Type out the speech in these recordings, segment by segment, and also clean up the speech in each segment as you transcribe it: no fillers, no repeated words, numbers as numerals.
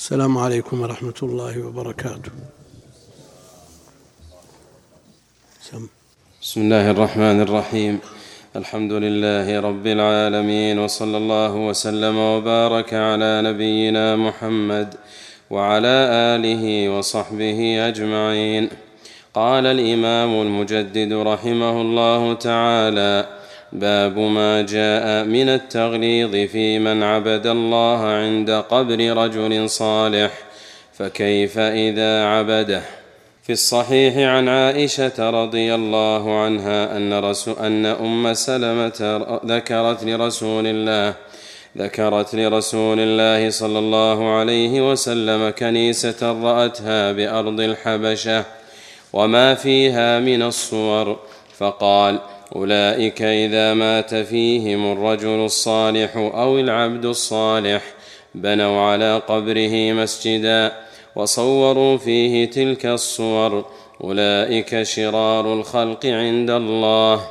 السلام عليكم ورحمة الله وبركاته. بسم الله الرحمن الرحيم. الحمد لله رب العالمين، وصلى الله وسلم وبارك على نبينا محمد وعلى آله وصحبه أجمعين. قال الإمام المجدد رحمه الله تعالى: باب ما جاء من التغليظ في من عبد الله عند قبر رجل صالح، فكيف إذا عبده؟ في الصحيح عن عائشة رضي الله عنها أن أم سلمة ذكرت لرسول الله صلى الله عليه وسلم كنيسة رأتها بأرض الحبشة وما فيها من الصور، فقال: أولئك إذا مات فيهم الرجل الصالح أو العبد الصالح بنوا على قبره مسجدا وصوروا فيه تلك الصور، أولئك شرار الخلق عند الله.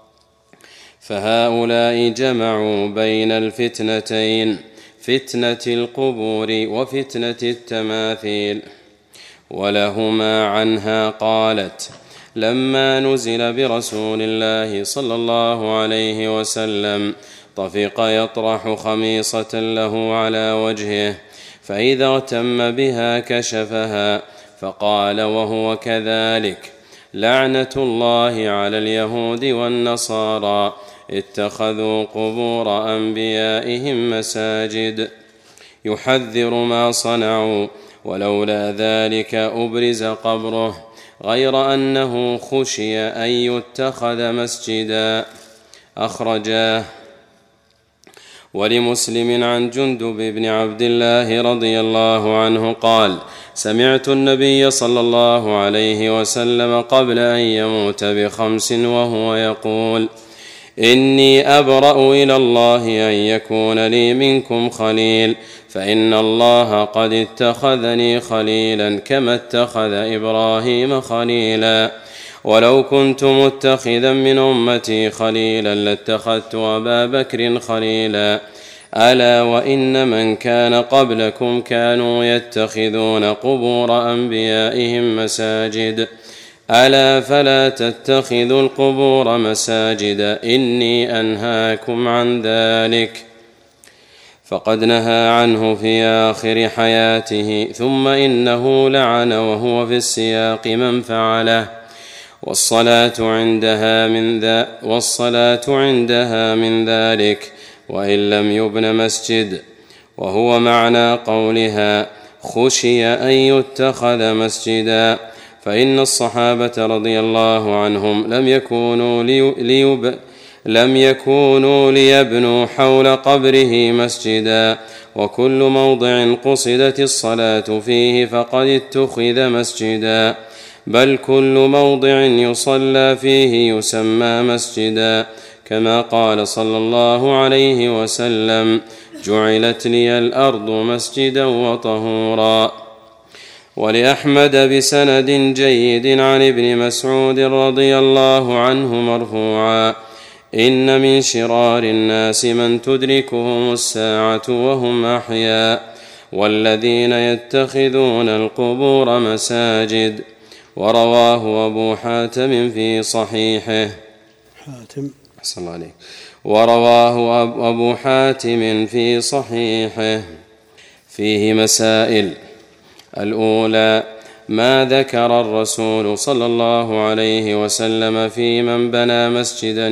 فهؤلاء جمعوا بين الفتنتين، فتنة القبور وفتنة التماثيل. ولهما عنها قالت: لما نزل برسول الله صلى الله عليه وسلم طفق يطرح خميصة له على وجهه، فإذا اغتم بها كشفها، فقال وهو كذلك: لعنة الله على اليهود والنصارى اتخذوا قبور أنبيائهم مساجد. يحذر ما صنعوا، ولولا ذلك أبرز قبره، غير أنه خشي أن يتخذ مسجدا. أخرجاه. ولمسلم عن جندب بن عبد الله رضي الله عنه قال: سمعت النبي صلى الله عليه وسلم قبل أن يموت ب5 وهو يقول: إني أبرأ إلى الله أن يكون لي منكم خليل، فإن الله قد اتخذني خليلا كما اتخذ إبراهيم خليلا، ولو كنت متخذا من أمتي خليلا لاتخذت أبا بكر خليلا. ألا وإن من كان قبلكم كانوا يتخذون قبور أنبيائهم مساجد، ألا فلا تتخذوا القبور مساجد، إني أنهاكم عن ذلك. فقد نهى عنه في آخر حياته، ثم إنه لعن وهو في السياق من فعله، والصلاة عندها من ذلك وإن لم يبن مسجد. وهو معنى قولها: خشي أن يتخذ مسجدا، فإن الصحابة رضي الله عنهم لم يكونوا ليبنوا حول قبره مسجدا، وكل موضع قصدت الصلاة فيه فقد اتخذ مسجدا، بل كل موضع يصلى فيه يسمى مسجدا، كما قال صلى الله عليه وسلم: جعلت لي الأرض مسجدا وطهورا. ولأحمد بسند جيد عن ابن مسعود رضي الله عنه مرفوعا: إن من شرار الناس من تدركهم الساعة وهم أحياء، والذين يتخذون القبور مساجد. ورواه أبو حاتم في صحيحه. في صحيحه. فيه مسائل. الأولى: ما ذكر الرسول صلى الله عليه وسلم في من بنى مسجدا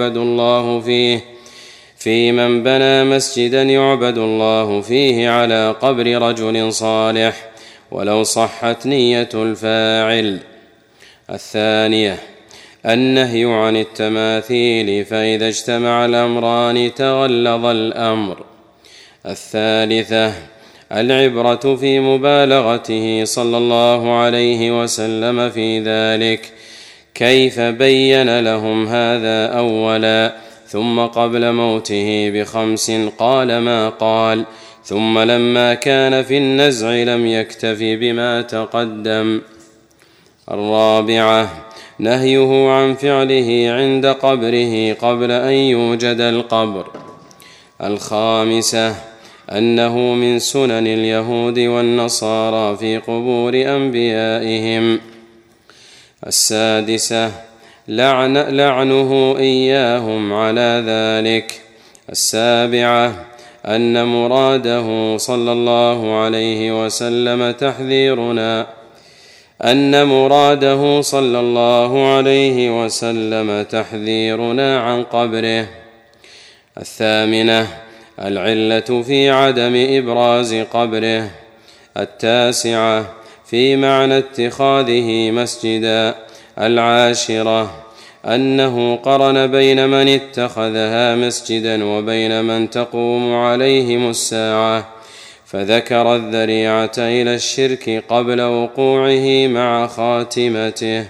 يعبد الله فيه على قبر رجل صالح، ولو صحت نية الفاعل. الثانية: النهي عن التماثيل، فإذا اجتمع الأمران تغلظ الأمر. الثالثة: العبرة في مبالغته صلى الله عليه وسلم في ذلك، كيف بين لهم هذا أولا، ثم قبل موته ب5 قال ما قال، ثم لما كان في النزع لم يكتف بما تقدم. الرابعة: نهيه عن فعله عند قبره قبل أن يوجد القبر. الخامسة: أنه من سنن اليهود والنصارى في قبور أنبيائهم. 6 لعنه إياهم على ذلك. 7 أن مراده صلى الله عليه وسلم تحذيرنا عن قبره. 8 العلة في عدم إبراز قبره. 9 في معنى اتخاذه مسجدا. 10 أنه قرن بين من اتخذها مسجدا وبين من تقوم عليهم الساعة، فذكر الذريعة إلى الشرك قبل وقوعه مع خاتمته.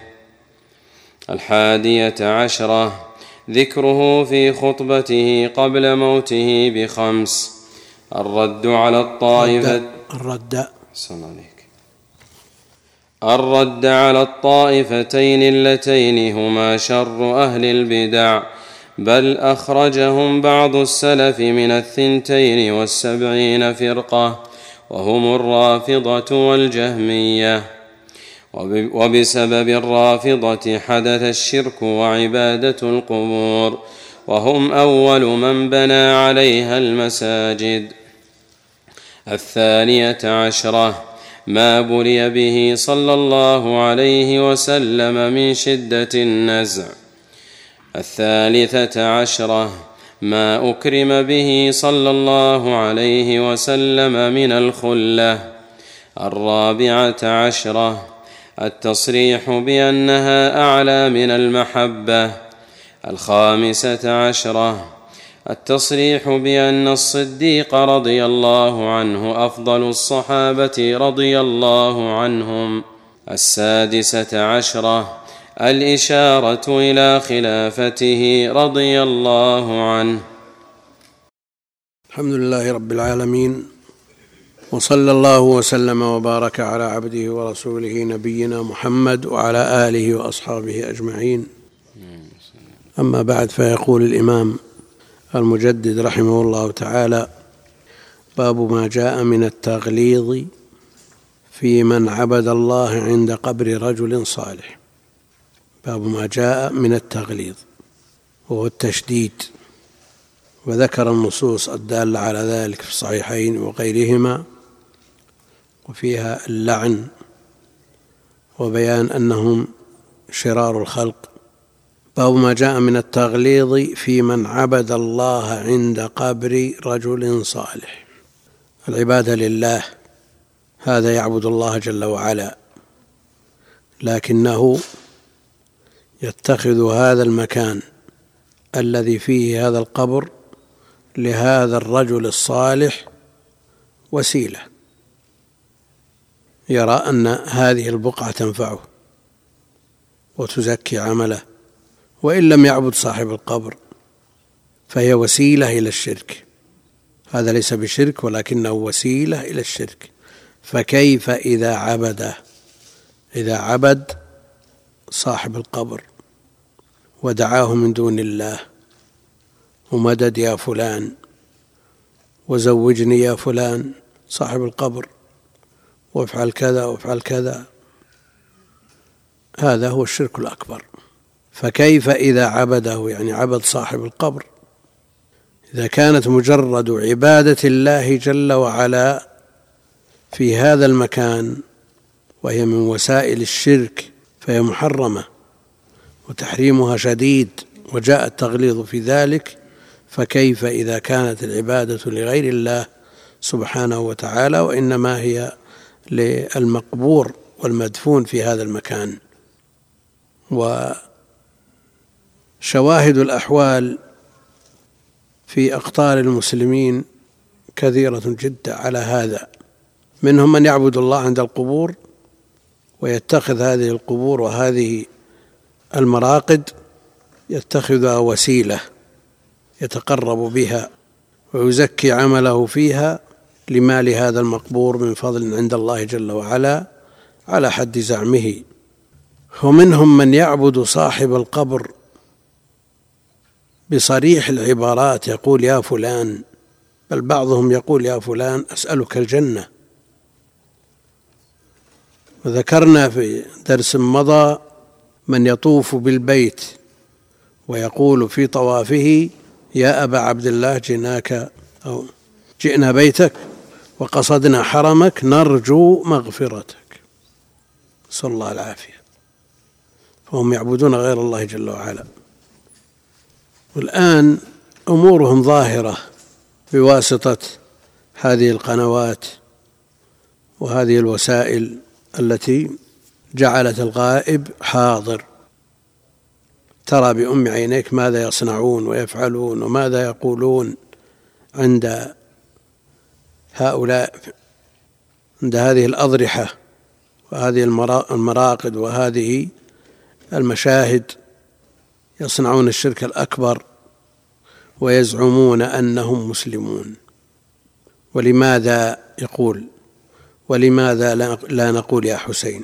11 ذكره في خطبته قبل موته ب5. الرد على الطائفتين اللتين هما شر أهل البدع، بل أخرجهم بعض السلف من 72 فرقة، وهم الرافضة والجهمية. وبسبب الرافضة حدث الشرك وعبادة القبور، وهم أول من بنى عليها المساجد. 12 ما بلي به صلى الله عليه وسلم من شدة النزع. 13 ما أكرم به صلى الله عليه وسلم من الخلة. 14 التصريح بأنها أعلى من المحبة. 15 التصريح بأن الصديق رضي الله عنه أفضل الصحابة رضي الله عنهم. 16 الإشارة إلى خلافته رضي الله عنه. الحمد لله رب العالمين، وصلى الله وسلم وبارك على عبده ورسوله نبينا محمد وعلى آله وأصحابه أجمعين. أما بعد، فيقول الإمام المجدد رحمه الله تعالى: باب ما جاء من التغليظ في من عبد الله عند قبر رجل صالح. باب ما جاء من التغليظ وهو التشديد، وذكر النصوص الدالة على ذلك في الصحيحين وغيرهما، وفيها اللعن وبيان أنهم شرار الخلق. باب ما جاء من التغليظ في من عبد الله عند قبر رجل صالح. العبادة لله، هذا يعبد الله جل وعلا، لكنه يتخذ هذا المكان الذي فيه هذا القبر لهذا الرجل الصالح وسيلة، يرى أن هذه البقعة تنفعه وتزكي عمله، وإن لم يعبد صاحب القبر فهي وسيلة إلى الشرك. هذا ليس بشرك ولكنه وسيلة إلى الشرك. فكيف إذا عبد صاحب القبر ودعاه من دون الله، ومدد يا فلان، وزوجني يا فلان صاحب القبر، وافعل كذا وافعل كذا، هذا هو الشرك الأكبر. فكيف إذا عبده، يعني عبد صاحب القبر، إذا كانت مجرد عبادة الله جل وعلا في هذا المكان وهي من وسائل الشرك فهي محرمة وتحريمها شديد، وجاء التغليظ في ذلك. فكيف إذا كانت العبادة لغير الله سبحانه وتعالى، وإنما هي للمقبور والمدفون في هذا المكان. وشواهد الأحوال في أقطار المسلمين كثيرة جدا على هذا. منهم من يعبد الله عند القبور ويتخذ هذه القبور وهذه المراقد يتخذها وسيلة يتقرب بها ويزكي عمله فيها لما لهذا المقبور من فضل عند الله جل وعلا على حد زعمه. ومنهم من يعبد صاحب القبر بصريح العبارات، يقول يا فلان بل بعضهم يقول يا فلان أسألك الجنة. وذكرنا في درس مضى من يطوف بالبيت ويقول في طوافه يا أبا عبد الله جئناك أو جئنا بيتك وقصدنا حرمك نرجو مغفرتك، نسأل الله العافية. فهم يعبدون غير الله جل وعلا. والآن أمورهم ظاهرة بواسطة هذه القنوات وهذه الوسائل التي جعلت الغائب حاضر، ترى بأم عينيك ماذا يصنعون ويفعلون وماذا يقولون عند هؤلاء، عند هذه الأضرحة وهذه المراقد وهذه المشاهد، يصنعون الشرك الأكبر ويزعمون أنهم مسلمون. ولماذا يقول ولماذا لا نقول يا حسين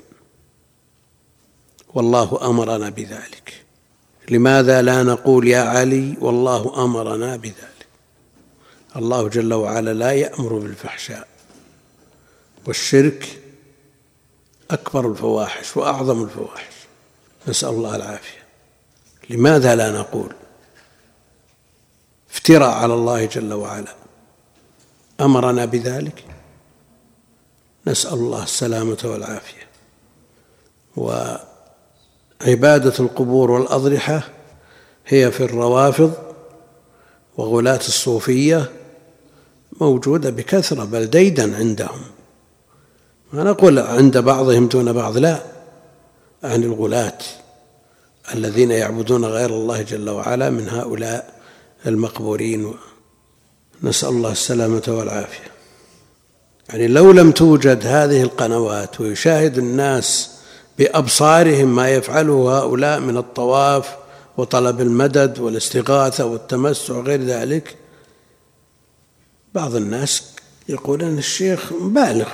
والله أمرنا بذلك؟ لماذا لا نقول يا علي والله أمرنا بذلك؟ الله جل وعلا لا يأمر بالفحشاء، والشرك أكبر الفواحش وأعظم الفواحش، نسأل الله العافية. لماذا لا نقول؟ افتراء على الله جل وعلا، أمرنا بذلك، نسأل الله السلامة والعافية. وعبادة القبور والأضرحة هي في الروافض وغلاة الصوفية موجودة بكثرة، بل ديدا عندهم. ما نقول عند بعضهم دون بعض، لا، عن الغلاة الذين يعبدون غير الله جل وعلا من هؤلاء المقبورين، نسأل الله السلامة والعافية. يعني لو لم توجد هذه القنوات ويشاهد الناس بأبصارهم ما يفعله هؤلاء من الطواف وطلب المدد والاستغاثة والتمسح وغير ذلك، بعض الناس يقول أن الشيخ بالغ.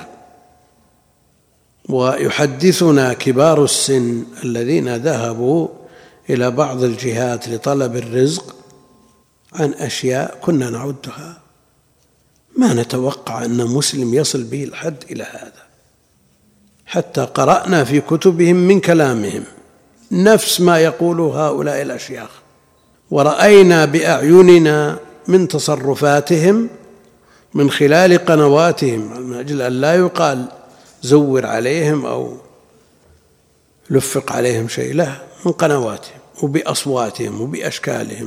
ويحدثنا كبار السن الذين ذهبوا إلى بعض الجهات لطلب الرزق عن أشياء كنا نعدها ما نتوقع أن مسلم يصل به الحد إلى هذا، حتى قرأنا في كتبهم من كلامهم نفس ما يقول هؤلاء الأشياخ، ورأينا بأعيننا من تصرفاتهم من خلال قنواتهم، من أجل أن لا يقال زور عليهم أو لفق عليهم شيء، لا، من قنواتهم وبأصواتهم وبأشكالهم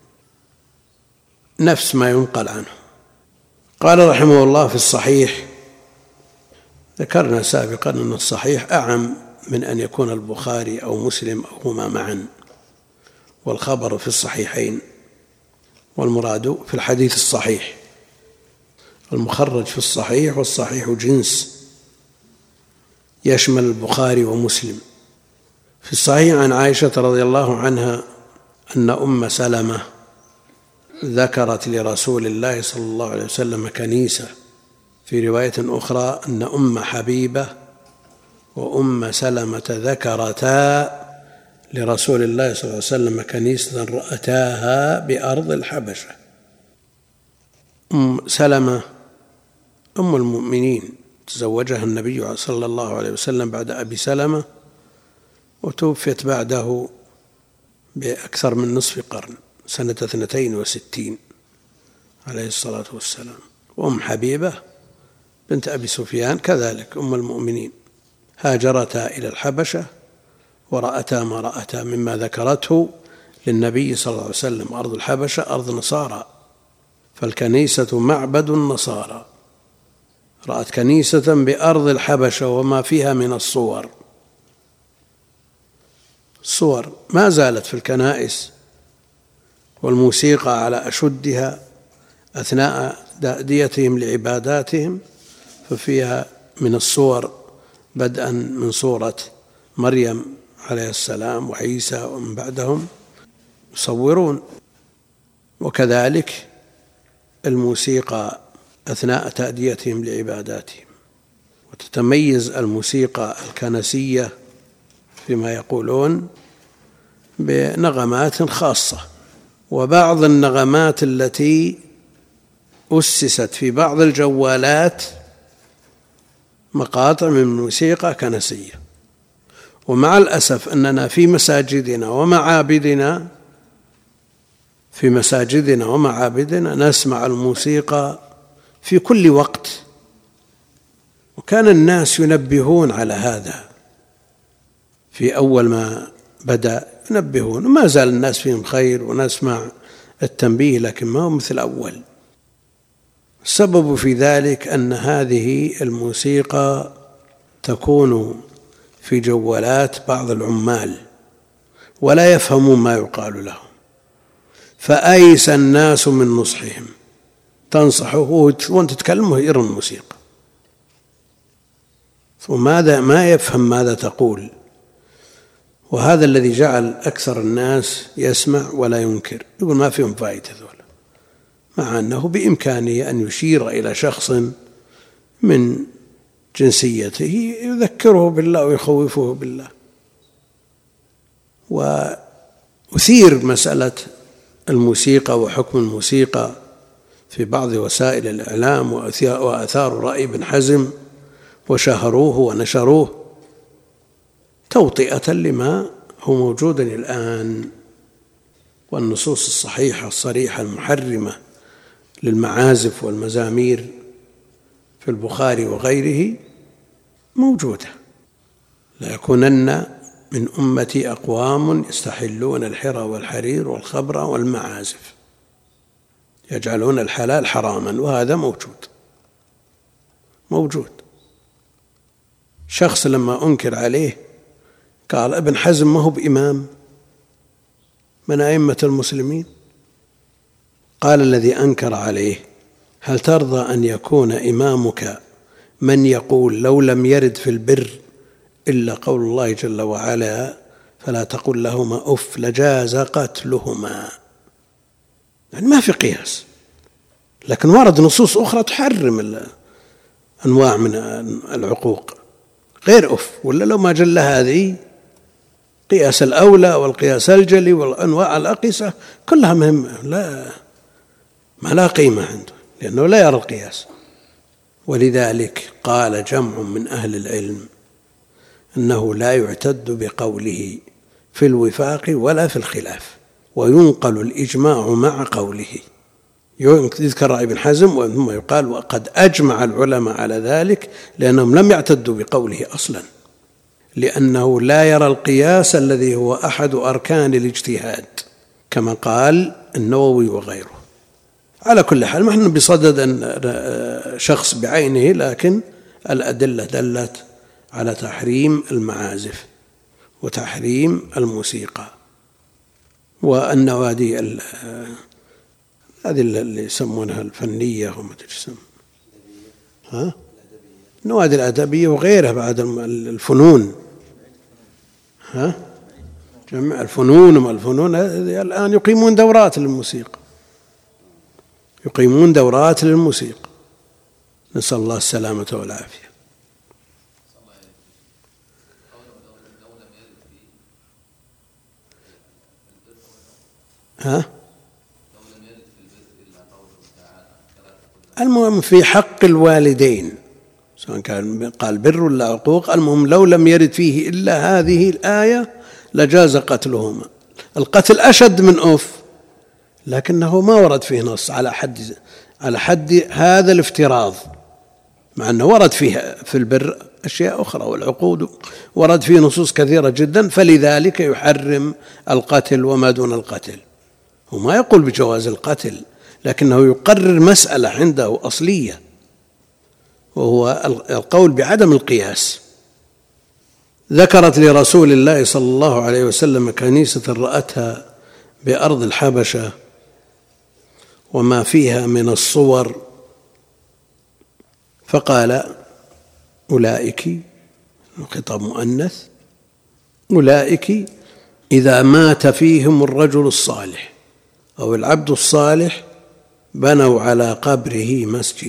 نفس ما ينقل عنه. قال رحمه الله في الصحيح، ذكرنا سابقا أن الصحيح أعم من أن يكون البخاري أو مسلم أو هما معا، والخبر في الصحيحين، والمراد في الحديث الصحيح المخرج في الصحيح، والصحيح جنس يشمل البخاري ومسلم. في الصحيح عن عائشة رضي الله عنها أن أم سلمة ذكرت لرسول الله صلى الله عليه وسلم كنيسة، في رواية أخرى أن أم حبيبة وأم سلمة ذكرتا لرسول الله صلى الله عليه وسلم كنيسة رأتاها بأرض الحبشة. أم سلمة أم المؤمنين، تزوجها النبي صلى الله عليه وسلم بعد أبي سلمة، وتوفيت بعده بأكثر من نصف قرن، سنة 62 عليه الصلاة والسلام. وأم حبيبة بنت أبي سفيان كذلك أم المؤمنين، هاجرتا إلى الحبشة ورأتا ما رأتا مما ذكرته للنبي صلى الله عليه وسلم. أرض الحبشة أرض نصارى، فالكنيسة معبد النصارى، رأت كنيسة بأرض الحبشة وما فيها من الصور ما زالت في الكنائس، والموسيقى على أشدها أثناء تأديتهم لعباداتهم، ففيها من الصور بدءا من صورة مريم عليه السلام وعيسى ومن بعدهم يصورون، وكذلك الموسيقى أثناء تأديتهم لعباداتهم. وتتميز الموسيقى الكنسية فيما يقولون بنغمات خاصة، وبعض النغمات التي أسست في بعض الجوالات مقاطع من موسيقى كنسية، ومع الأسف أننا في مساجدنا ومعابدنا نسمع الموسيقى في كل وقت، وكان الناس ينبهون على هذا في أول ما بدأ، ينبهون، وما زال الناس فيهم خير ونسمع التنبيه، لكن ما هو مثل أول. السبب في ذلك أن هذه الموسيقى تكون في جوالات بعض العمال ولا يفهمون ما يقال لهم، فأيس الناس من نصحهم، تنصحه وانت تتكلمه يرى الموسيقى، وماذا ما يفهم ماذا تقول. وهذا الذي جعل أكثر الناس يسمع ولا ينكر، يقول ما فيهم فائدة ذولا، مع أنه بإمكانه أن يشير إلى شخص من جنسيته يذكره بالله ويخوفه بالله. وأثير مسألة الموسيقى وحكم الموسيقى في بعض وسائل الإعلام، وأثار رأي ابن حزم وشهروه ونشروه توطئة لما هو موجود الآن، والنصوص الصحيحة الصريحة المحرمة للمعازف والمزامير في البخاري وغيره موجودة. لا يكونن من أمتي أقوام يستحلون الحرى والحرير والخبر والمعازف، يجعلون الحلال حراما، وهذا موجود. شخص لما أنكر عليه قال ابن حزم ما هو بإمام من أئمة المسلمين؟ قال الذي أنكر عليه هل ترضى أن يكون إمامك من يقول لو لم يرد في البر إلا قول الله جل وعلا فلا تقل لهما أف لجاز قتلهما؟ يعني ما في قياس، لكن ورد نصوص أخرى تحرم أنواع من العقوق غير أف، ولا لو ما جل هذه قياس الأولى والقياس الجلي والأنواع الأقيسة كلها مهمة، ما لا قيمة عنده لأنه لا يرى القياس. ولذلك قال جمع من أهل العلم أنه لا يعتد بقوله في الوفاق ولا في الخلاف، وينقل الإجماع مع قوله. يذكر ابن حزم ثم يقال وقد أجمع العلماء على ذلك لأنهم لم يعتدوا بقوله أصلا، لأنه لا يرى القياس الذي هو أحد أركان الاجتهاد كما قال النووي وغيره. على كل حال ما نحن بصدد أن شخص بعينه، لكن الأدلة دلت على تحريم المعازف وتحريم الموسيقى والنوادي هذه اللي يسمونها الفنية وما تسمى النوادي الأدبية وغيرها بعد الفنون جمع الفنون وما الفنون الآن يقيمون دورات للموسيقى، نسأل الله السلامة والعافية. المهم في حق الوالدين سواء كان قال بر ولا عقوق، المهم لو لم يرد فيه إلا هذه الآية لجاز قتلهما. القتل أشد من أف، لكنه ما ورد فيه نص على حد هذا الافتراض، مع أنه ورد فيه في البر أشياء أخرى، والعقود ورد فيه نصوص كثيرة جدا، فلذلك يحرم القتل وما دون القتل. وما يقول بجواز القتل، لكنه يقرر مسألة عنده أصلية، وهو القول بعدم القياس. ذكرت لرسول الله صلى الله عليه وسلم كنيسة رأتها بأرض الحبشة وما فيها من الصور، فقال أولئك، خطاب مؤنث، أولئك إذا مات فيهم الرجل الصالح أو العبد الصالح بنوا على قبره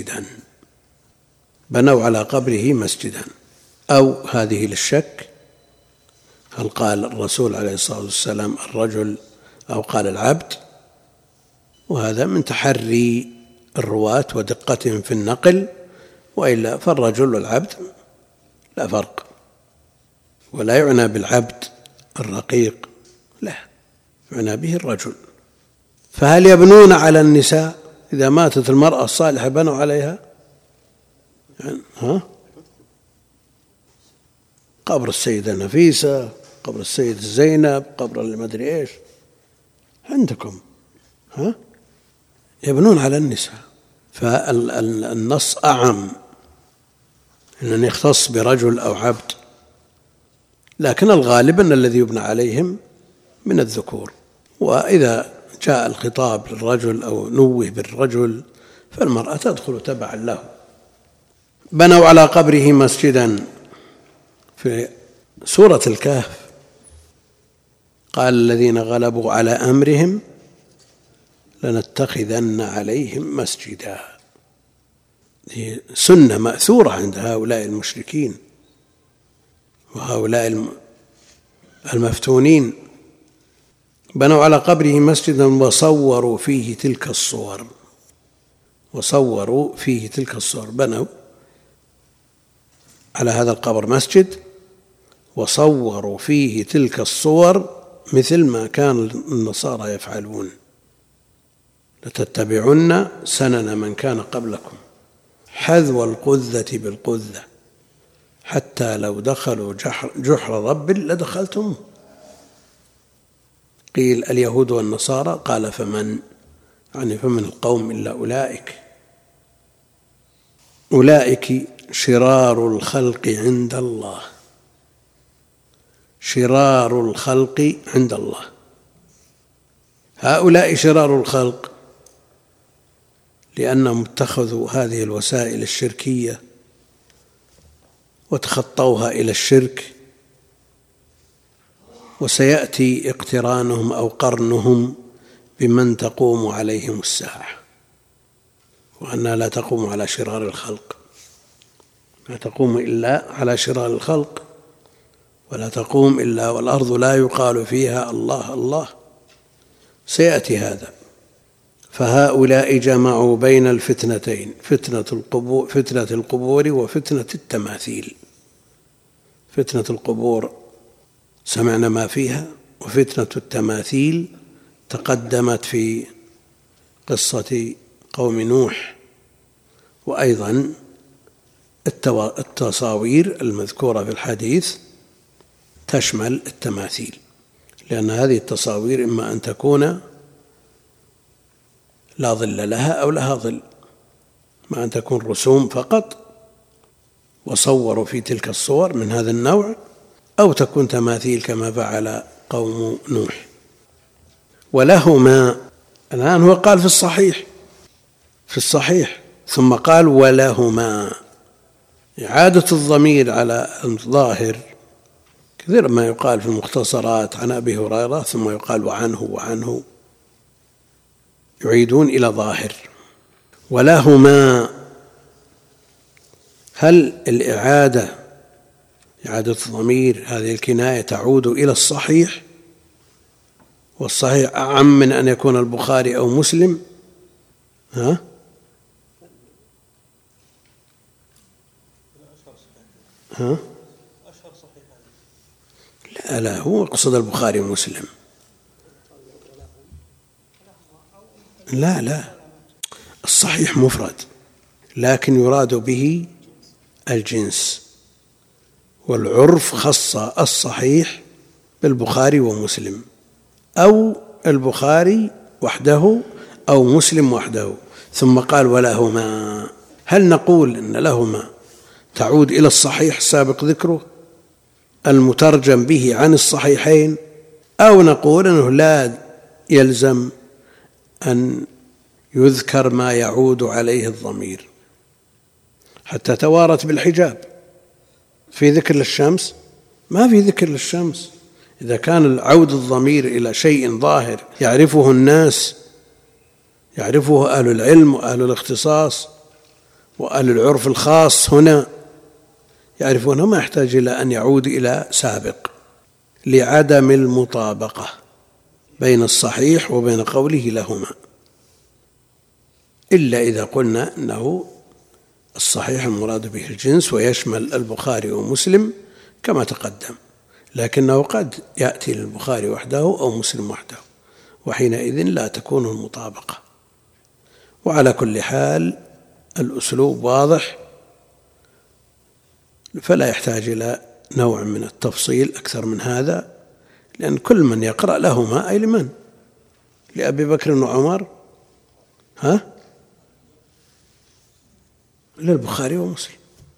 مسجدا، أو هذه للشك هل قال الرسول عليه الصلاة والسلام الرجل أو قال العبد، وهذا من تحري الرواة ودقتهم في النقل، وإلا فالرجل والعبد لا فرق. ولا يعنى بالعبد الرقيق، لا، يعنى به الرجل. فهل يبنون على النساء إذا ماتت المرأة الصالحة بنوا عليها؟ قبر السيدة نفيسة، قبر السيدة زينب، قبر المدري إيش عندكم، يبنون على النساء. فالنص أعم أن يختص برجل أو عبد، لكن الغالب أن الذي يبنى عليهم من الذكور. وإذا جاء الخطاب للرجل أو نوه بالرجل فالمرأة تدخل تبعا له. بنوا على قبره مسجدا. في سورة الكهف قال الذين غلبوا على أمرهم لنتخذن عليهم مسجدا. هي سنة مأثورة عند هؤلاء المشركين وهؤلاء المفتونين. بنوا على قبره مسجدا وصوروا فيه تلك الصور. وصوروا فيه تلك الصور، بنوا على هذا القبر مسجد وصوروا فيه تلك الصور مثل ما كان النصارى يفعلون. لتتبعن سنن من كان قبلكم حذو القذة بالقذة حتى لو دخلوا جحر رب لدخلتم. قيل اليهود والنصارى، قال فمن، يعني فمن القوم إلا أولئك شرار الخلق عند الله. شرار الخلق عند الله، هؤلاء شرار الخلق لأنهم اتخذوا هذه الوسائل الشركية وتخطوها إلى الشرك، وسيأتي اقترانهم أو قرنهم بمن تقوم عليهم الساعة، وأنها لا تقوم على شرار الخلق، لا تقوم إلا على شرار الخلق، ولا تقوم إلا والأرض لا يقال فيها الله الله. سيأتي هذا. فهؤلاء جمعوا بين الفتنتين، فتنة القبور وفتنة التماثيل. فتنة القبور سمعنا ما فيها، وفتنة التماثيل تقدمت في قصة قوم نوح، وأيضا التصاوير المذكورة في الحديث تشمل التماثيل، لأن هذه التصاوير إما أن تكون لا ظل لها أو لها ظل، ما أن تكون رسوم فقط وصوروا في تلك الصور من هذا النوع، أو تكون تماثيل كما فعل قوم نوح. ولهما، الآن هو قال في الصحيح ثم قال ولهما. إعادة الضمير على الظاهر كثير ما يقال في المختصرات عن أبي هريرة ثم يقال وعنه يعيدون إلى ظاهر. ولهما، هل إعادة الضمير هذه الكناية تعود إلى الصحيح، والصحيح أعم من أن يكون البخاري أو مسلم؟ لا هو قصد البخاري ومسلم. لا الصحيح مفرد، لكن يراد به الجنس، والعرف خص الصحيح بالبخاري ومسلم، أو البخاري وحده أو مسلم وحده، ثم قال ولهما. هل نقول إن لهما تعود إلى الصحيح السابق ذكره المترجم به عن الصحيحين، أو نقول أنه لا يلزم أن يذكر ما يعود عليه الضمير حتى توارت بالحجاب؟ في ذكر للشمس؟ ما في ذكر للشمس. إذا كان عود الضمير إلى شيء ظاهر يعرفه الناس، يعرفه أهل العلم وأهل الاختصاص وأهل العرف الخاص هنا يعرفونه، ما يحتاج إلى أن يعود إلى سابق لعدم المطابقة بين الصحيح وبين قوله لهما. إلا إذا قلنا أنه الصحيح المراد به الجنس ويشمل البخاري ومسلم كما تقدم، لكنه قد يأتي للبخاري وحده أو مسلم وحده، وحينئذ لا تكون المطابقة. وعلى كل حال الأسلوب واضح، فلا يحتاج إلى نوع من التفصيل أكثر من هذا، لأن كل من يقرأ لهما، أي لمن؟ لأبي بكر وعمر؟ للبخاري ومسلم.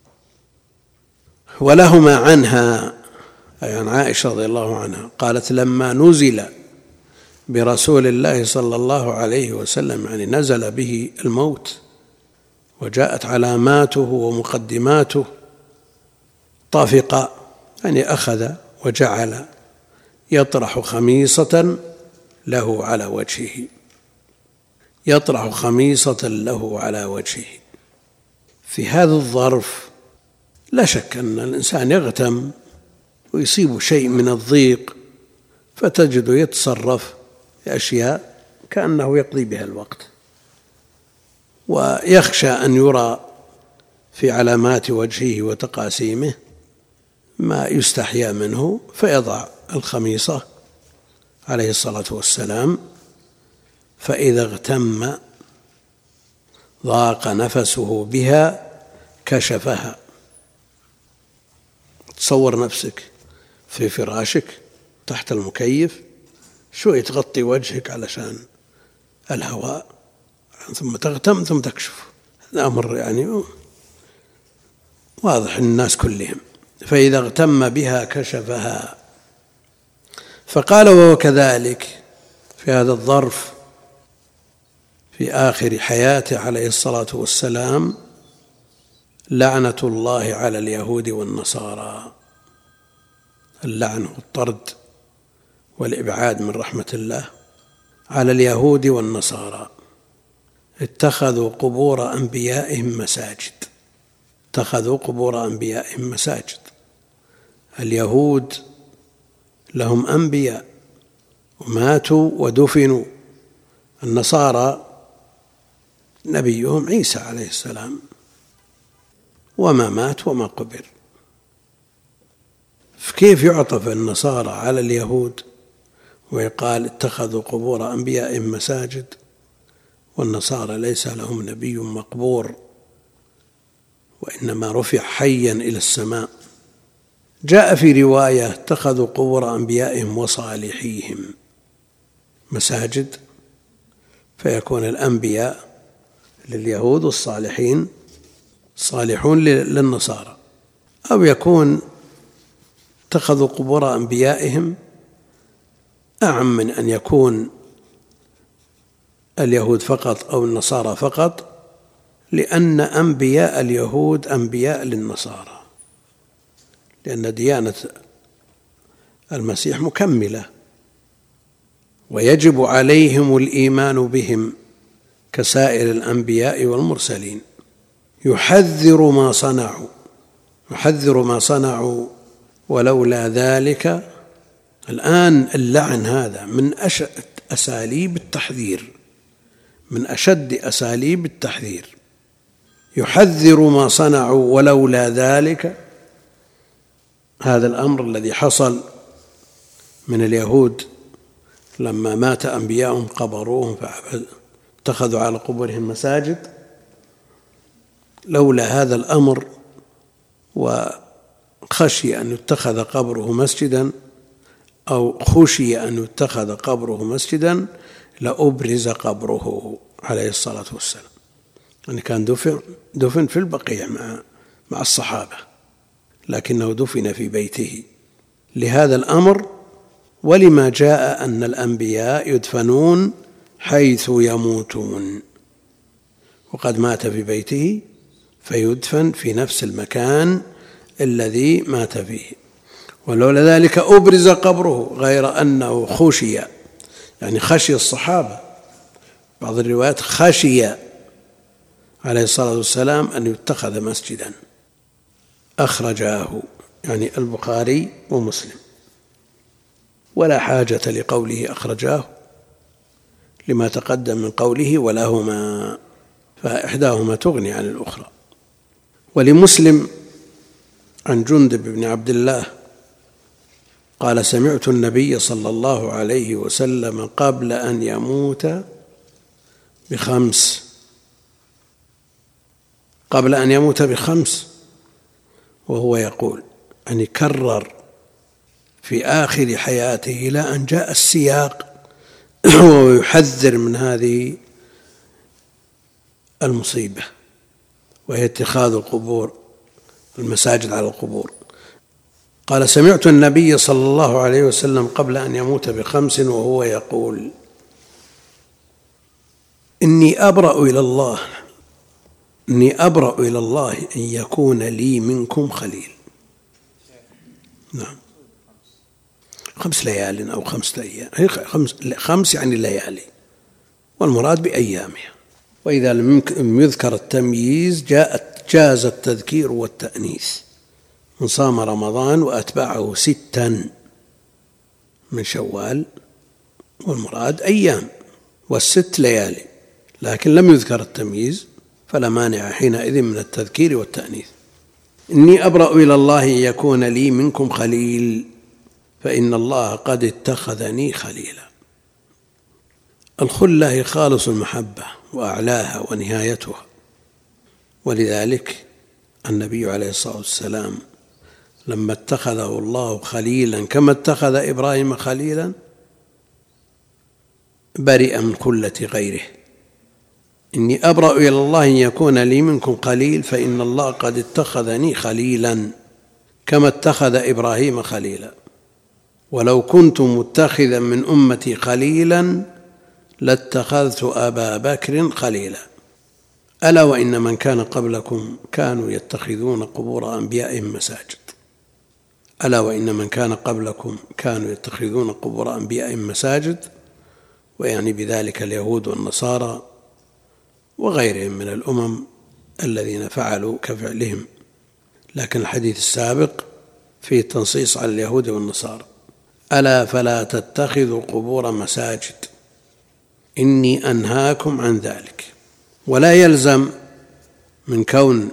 ولهما عنها، أي عن عائشة رضي الله عنها قالت: لما نزل برسول الله صلى الله عليه وسلم، يعني نزل به الموت وجاءت علاماته ومقدماته، طافق، يعني أخذ وجعل يطرح خميصة له على وجهه، يطرح خميصة له على وجهه. في هذا الظرف لا شك أن الإنسان يغتم ويصيب شيء من الضيق، فتجد يتصرف بأشياء كأنه يقضي بها الوقت، ويخشى أن يرى في علامات وجهه وتقاسيمه ما يستحيا منه، فيضع الخميصة عليه الصلاة والسلام، فإذا اغتم ضاق نفسه بها كشفها. تصور نفسك في فراشك تحت المكيف، شوي تغطي وجهك علشان الهواء، ثم تغتم ثم تكشف. هذا أمر يعني واضح للناس كلهم. فإذا اغتم بها كشفها. فقال: وهو كذلك في هذا الظرف في آخر حياته عليه الصلاة والسلام لعنة الله على اليهود والنصارى. اللعن والطرد والإبعاد من رحمة الله على اليهود والنصارى. اتخذوا قبور أنبيائهم مساجد، اتخذوا قبور أنبيائهم مساجد. اليهود لهم أنبياء وماتوا ودفنوا، النصارى نبيهم عيسى عليه السلام وما مات وما قبر. فكيف يعطف النصارى على اليهود ويقال اتخذوا قبور أنبيائهم مساجد، والنصارى ليس لهم نبي مقبور وإنما رفع حيا إلى السماء؟ جاء في رواية: اتخذوا قبور أنبيائهم وصالحيهم مساجد، فيكون الأنبياء لليهود والصالحين صالحون للنصارى، أو يكون اتخذوا قبور أنبيائهم أعم من أن يكون اليهود فقط أو النصارى فقط، لأن أنبياء اليهود أنبياء للنصارى، لأن ديانة المسيح مكملة ويجب عليهم الإيمان بهم كسائر الأنبياء والمرسلين. يحذر ما صنعوا ولولا ذلك. الآن اللعن هذا من أشد أساليب التحذير، من أشد أساليب التحذير. يحذر ما صنعوا ولولا ذلك، هذا الأمر الذي حصل من اليهود لما مات أنبياءهم قبروهم فاتخذوا على قبورهم مساجد. لولا هذا الأمر وخشي أن يتخذ قبره مسجدا، أو خشي أن يتخذ قبره مسجدا، لأبرز قبره عليه الصلاة والسلام. يعني كان دفن في البقيع مع الصحابة، لكنه دفن في بيته لهذا الأمر، ولما جاء أن الأنبياء يدفنون حيث يموتون، وقد مات في بيته فيدفن في نفس المكان الذي مات فيه. ولولا ذلك أبرز قبره، غير أنه خشي، يعني خشي الصحابة، بعض الروايات خشي عليه الصلاة والسلام أن يتخذ مسجدا. أخرجاه يعني البخاري ومسلم، ولا حاجة لقوله أخرجاه لما تقدم من قوله ولهما. فإحداهما تغني عن الأخرى. ولمسلم عن جندب بن عبد الله قال: سمعت النبي صلى الله عليه وسلم قبل أن يموت ب5 وهو يقول، يعني كرر في آخر حياته إلى أن جاء السياق ويحذر من هذه المصيبة، وهي اتخاذ القبور المساجد على القبور. قال: سمعت النبي صلى الله عليه وسلم قبل أن يموت ب5 وهو يقول: إني أبرأ إلى الله أن يكون لي منكم خليل. نعم، 5 ليال أو 5 أيام، 5 يعني ليالي، والمراد بأيامها. وإذا لم يذكر التمييز جاز التذكير والتأنيث. من صام رمضان وأتبعه 6 من شوال، والمراد أيام، وال6 ليالي، لكن لم يذكر التمييز، فلا مانع حينئذ من التذكير والتأنيث. إني أبرأ إلى الله أن يكون لي منكم خليل فإن الله قد اتخذني خليلا. الخلة هي خالص المحبة وأعلاها ونهايتها، ولذلك النبي عليه الصلاة والسلام لما اتخذه الله خليلا كما اتخذ إبراهيم خليلا برئ من خلة غيره. إني أبرأ إلى الله أن يكون لي منكم خليل فإن الله قد اتخذني خليلا كما اتخذ إبراهيم خليلا، ولو كنت متخذا من أمتي خليلا لاتخذت أبا بكر خليلا. ألا وإن من كان قبلكم كانوا يتخذون قبور أنبيائهم مساجد. ألا وإن من كان قبلكم كانوا يتخذون قبور أنبيائهم مساجد، ويعني بذلك اليهود والنصارى وغيرهم من الأمم الذين فعلوا كفعلهم، لكن الحديث السابق فيه تنصيص على اليهود والنصارى. ألا فلا تتخذوا قبور مساجد إني أنهاكم عن ذلك. ولا يلزم من كون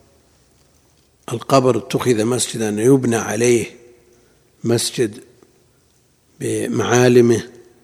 القبر اتخذ مسجدا أن يبنى عليه مسجد بمعالمه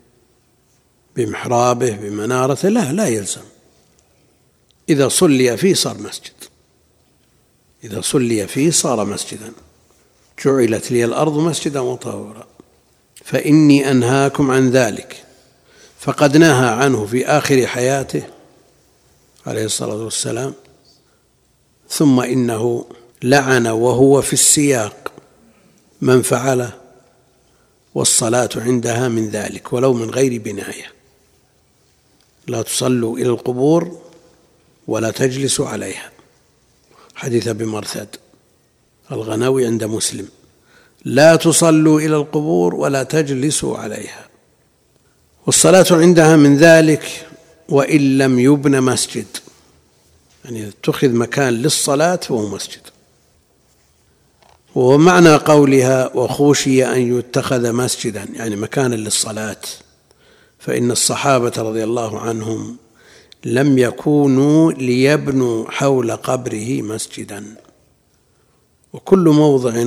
بمحرابه بمنارته، لا يلزم. إذا صلي فيه صار مسجد، إذا صلي فيه صار مسجدا. جعلت لي الأرض مسجدا وطهورا فإني أنهاكم عن ذلك. فقد نهى عنه في آخر حياته عليه الصلاة والسلام، ثم إنه لعن وهو في السياق من فعله، والصلاة عندها من ذلك ولو من غير بناية. لا تصلوا إلى القبور ولا تجلسوا عليها. حديث أبي مرثد الغنوي عند مسلم: لا تصلوا إلى القبور ولا تجلسوا عليها. والصلاة عندها من ذلك وإن لم يبن مسجد، يعني اتخذ مكان للصلاة فهو مسجد. ومعنى قولها وخشي أن يتخذ مسجدا يعني مكانا للصلاة، فإن الصحابة رضي الله عنهم لم يكونوا ليبنوا حول قبره مسجدا، وكل موضع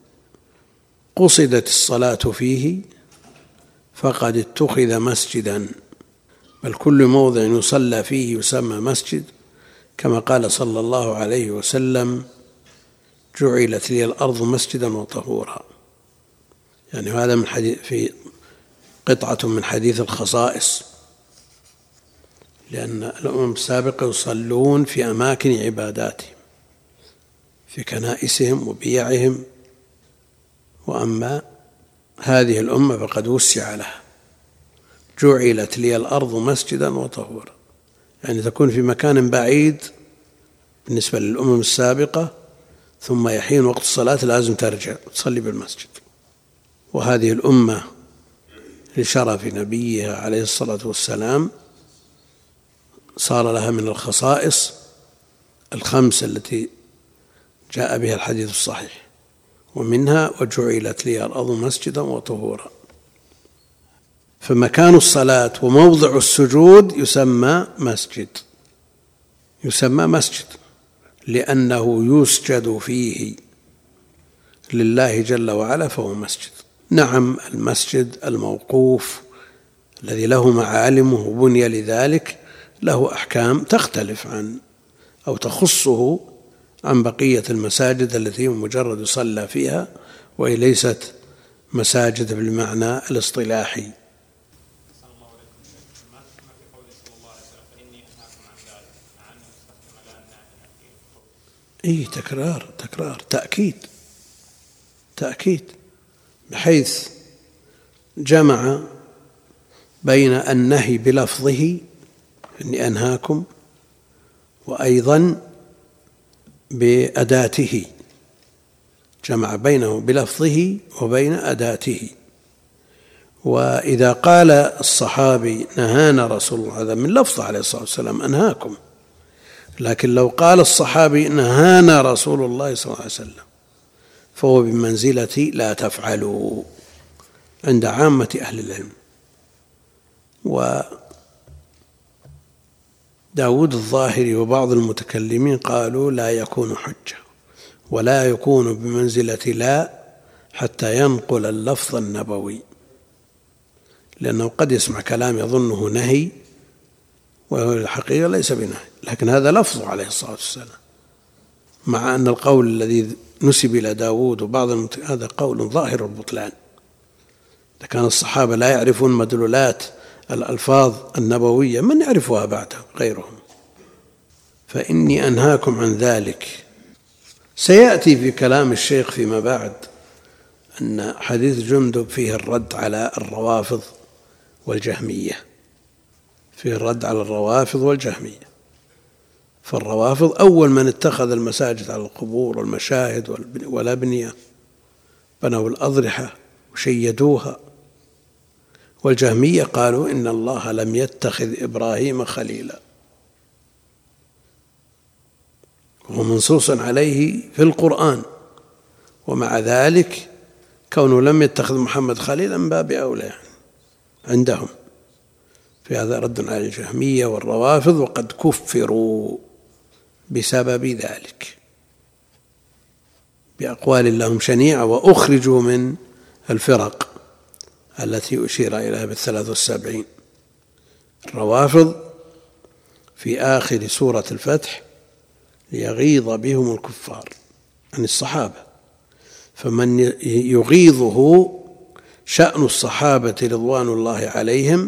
قصدت الصلاة فيه فقد اتخذ مسجدا، بل كل موضع يصلى فيه يسمى مسجد، كما قال صلى الله عليه وسلم: جعلت لي الأرض مسجدا وطهورا. يعني هذا من حديث في قطعة من حديث الخصائص، لأن الأمم السابقة يصلون في أماكن عباداتهم في كنائسهم وبيعهم، وأما هذه الأمة فقد وسع لها. جعلت لي الأرض مسجدا وطهورا، يعني تكون في مكان بعيد بالنسبة للأمم السابقة، ثم يحين وقت الصلاة لازم ترجع تصلي بالمسجد. وهذه الأمة لشرف نبيها عليه الصلاة والسلام صار لها من الخصائص 5 التي جاء بها الحديث الصحيح، ومنها وجعلت لي الأرض مسجدا وطهورا. فمكان الصلاة وموضع السجود يسمى مسجد، يسمى مسجد لأنه يسجد فيه لله جل وعلا فهو مسجد. نعم، المسجد الموقوف الذي له معالمه بني لذلك له أحكام تختلف عن أو تخصه عن بقية المساجد التي مجرد يصلى فيها وهي ليست مساجد بالمعنى الاصطلاحي. تكرار تأكيد بحيث جمع بين النهي بلفظه إني أنهاكم وأيضا بأداته، جمع بينه بلفظه وبين أداته. وإذا قال الصحابي نهانا رسول الله هذا من لفظه عليه الصلاة والسلام أنهاكم، لكن لو قال الصحابي نهانا رسول الله صلى الله عليه وسلم فهو بمنزلة لا تفعلوا عند عامة أهل العلم. وداود الظاهري وبعض المتكلمين قالوا لا يكون حجة ولا يكون بمنزلة لا حتى ينقل اللفظ النبوي، لأنه قد يسمع كلام يظنه نهي وهو الحقيقة ليس بنهي، لكن هذا لفظ عليه الصلاة والسلام، مع أن القول الذي نسب إلى داود وبعض هذا قول ظاهر البطلان. إذا كان الصحابة لا يعرفون مدلولات الألفاظ النبوية من يعرفها بعدهم غيرهم؟ فإني أنهاكم عن ذلك. سيأتي في كلام الشيخ فيما بعد أن حديث جندب فيه الرد على الروافض والجهمية، فالروافض أول من اتخذ المساجد على القبور والمشاهد والأبنية، بنوا الأضرحة وشيدوها. والجهمية قالوا إن الله لم يتخذ إبراهيم خليلا، وهو منصوص عليه في القرآن، ومع ذلك كونه لم يتخذ محمد خليلا من باب أولى يعني عندهم. في هذا رد على الجهمية والروافض، وقد كفروا بسبب ذلك بأقوال لهم شنيعة، وأخرجوا من الفرق التي أشير إليها ب73. الروافض في آخر سورة الفتح ليغيظ بهم الكفار عن الصحابة، فمن يغيظه شأن الصحابة رضوان الله عليهم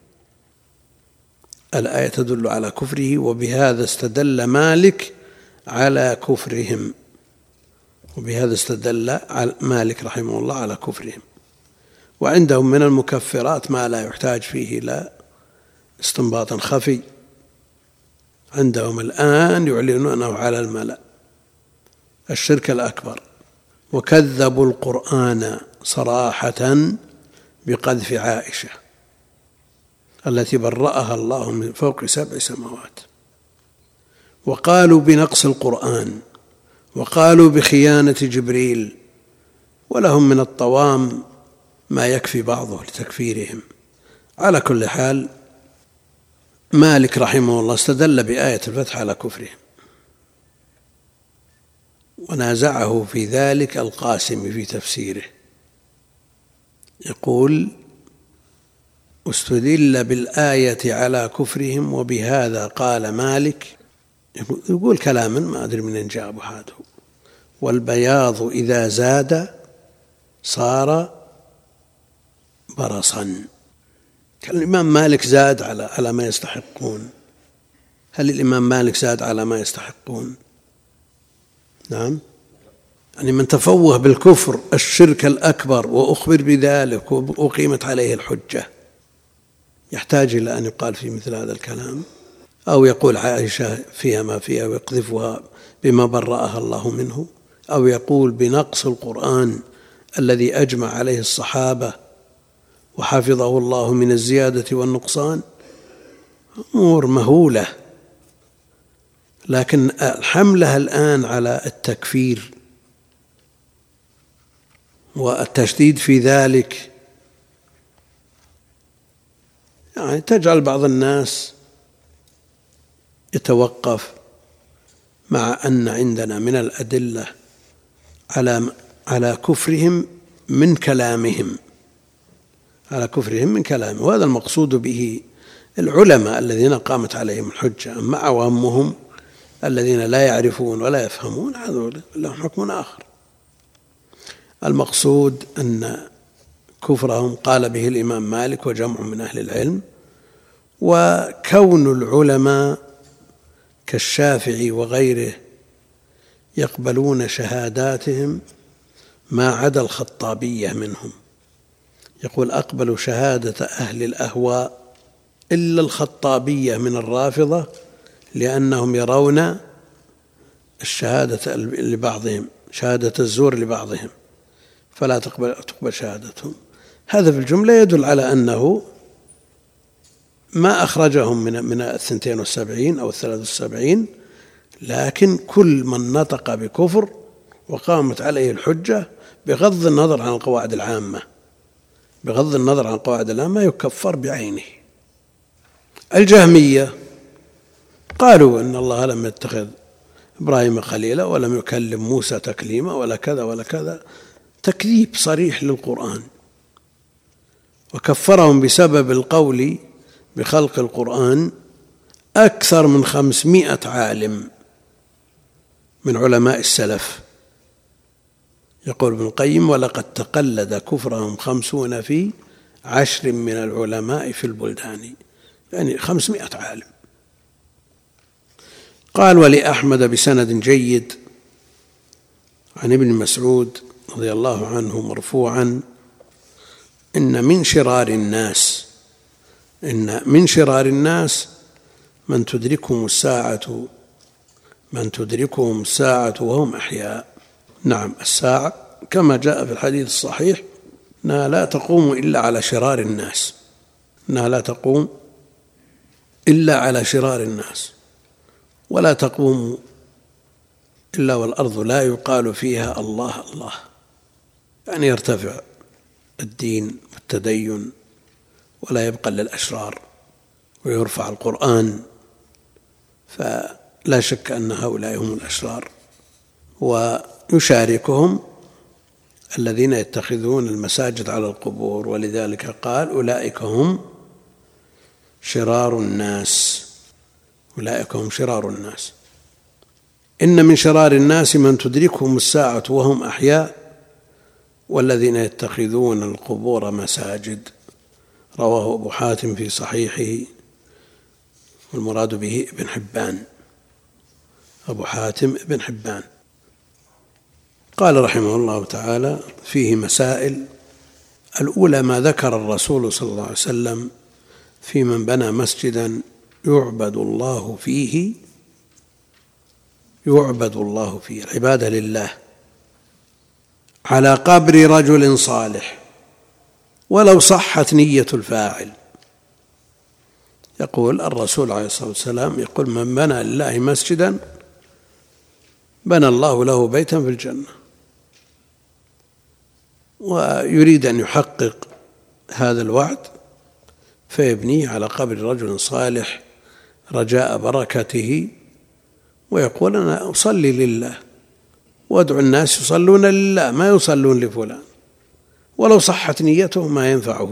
الآية تدل على كفره، وبهذا استدل مالك على كفرهم، وبهذا استدل مالك رحمه الله على كفرهم. وعندهم من المكفرات ما لا يحتاج فيه إلى استنباط خفي، عندهم الآن يعلنونه على الملأ الشرك الأكبر، وكذبوا القرآن صراحة بقذف عائشة التي برأها الله من فوق 7 سماوات، وقالوا بنقص القرآن، وقالوا بخيانة جبريل، ولهم من الطوام ما يكفي بعضه لتكفيرهم. على كل حال مالك رحمه الله استدل بآية الفتح على كفرهم، ونازعه في ذلك القاسم في تفسيره، يقول استدل بالآية على كفرهم وبهذا قال مالك، يقول كلاما ما أدري من جابه هذا، والبياض إذا زاد صار برصا. كان الإمام مالك زاد على ما يستحقون؟ هل الإمام مالك زاد على ما يستحقون؟ نعم، يعني من تفوه بالكفر الشرك الأكبر وأخبر بذلك وأقيمت عليه الحجة يحتاج إلى أن يقال في مثل هذا الكلام، أو يقول عائشة فيها ما فيها ويقذفها بما برأها الله منه، أو يقول بنقص القرآن الذي أجمع عليه الصحابة وحفظه الله من الزيادة والنقصان. أمور مهولة، لكن حملها الآن على التكفير والتشديد في ذلك يعني تجعل بعض الناس يتوقف مع أن عندنا من الأدلة على كفرهم من كلامهم، وهذا المقصود به العلماء الذين قامت عليهم الحجة. أما عوامهم الذين لا يعرفون ولا يفهمون هذا لهم حكم آخر. المقصود أن كفرهم قال به الإمام مالك وجمع من أهل العلم، وكون العلماء كالشافعي وغيره يقبلون شهاداتهم ما عدا الخطابية منهم. يقول أقبلوا شهادة أهل الأهواء إلا الخطابية من الرافضة، لأنهم يرون الشهادة لبعضهم، شهادة الزور لبعضهم، فلا تقبل شهادتهم. هذا في الجملة يدل على أنه ما أخرجهم من 72 أو 73، لكن كل من نطق بكفر وقامت عليه الحجة بغض النظر عن القواعد العامة يكفر بعينه. الجهمية قالوا إن الله لم يتخذ إبراهيم خليلا ولم يكلم موسى تكليما ولا كذا ولا كذا، تكذيب صريح للقرآن، وكفرهم بسبب القول بخلق القرآن أكثر من 500 عالم من علماء السلف. يقول ابن القيم: ولقد تقلد كفرهم 50 في 10 من العلماء في البلدان، يعني 500 عالم. قال: ولأحمد بسند جيد عن ابن مسعود رضي الله عنه مرفوعا: إن من شرار الناس من تدركهم الساعة وهم أحياء. نعم، الساعة كما جاء في الحديث الصحيح أنها لا تقوم إلا على شرار الناس، ولا تقوم إلا والأرض لا يقال فيها الله الله، يعني يرتفع الدين والتدين ولا يبقى للأشرار، ويرفع القرآن. فلا شك أن هؤلاء هم الأشرار، ويشاركهم الذين يتخذون المساجد على القبور، ولذلك قال: أولئك هم شرار الناس. إن من شرار الناس من تدركهم الساعة وهم أحياء والذين يتخذون القبور مساجد. رواه أبو حاتم في صحيحه، والمراد به ابن حبان، أبو حاتم ابن حبان. قال رحمه الله تعالى: فيه مسائل. الأولى ما ذكر الرسول صلى الله عليه وسلم في من بنى مسجدا يعبد الله فيه العبادة لله على قبر رجل صالح ولو صحت نية الفاعل. يقول الرسول عليه الصلاة والسلام يقول: من بنى لله مسجدا بنى الله له بيتا في الجنة. ويريد أن يحقق هذا الوعد فيبنيه على قبر رجل صالح رجاء بركته، ويقول: أنا أصلي لله، وأدعو الناس يصلون لله ما يصلون لفلان، ولو صحت نيته ما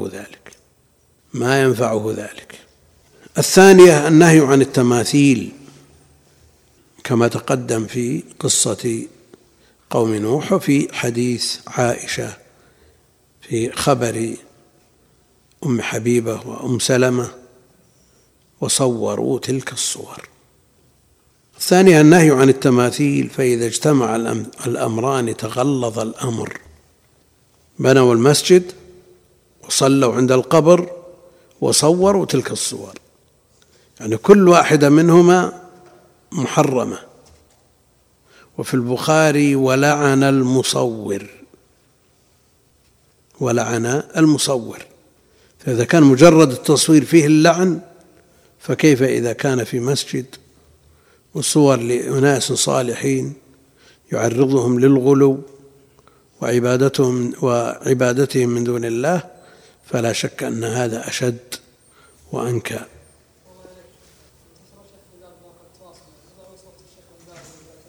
ينفعه ذلك. الثانية النهي عن التماثيل، كما تقدم في قصة قوم نوح وفي حديث عائشة في خبر أم حبيبة وأم سلمة: وصوروا تلك الصور. الثانية النهي عن التماثيل، فإذا اجتمع الأمران تغلظ الأمر. بنوا المسجد وصلوا عند القبر وصوروا تلك الصور، يعني كل واحدة منهما محرمة. وفي البخاري: ولعن المصور. فإذا كان مجرد التصوير فيه اللعن، فكيف إذا كان في مسجد وصور لأناس صالحين يعرضهم للغلو وعبادتهم من دون الله؟ فلا شك أن هذا أشد وأنكى.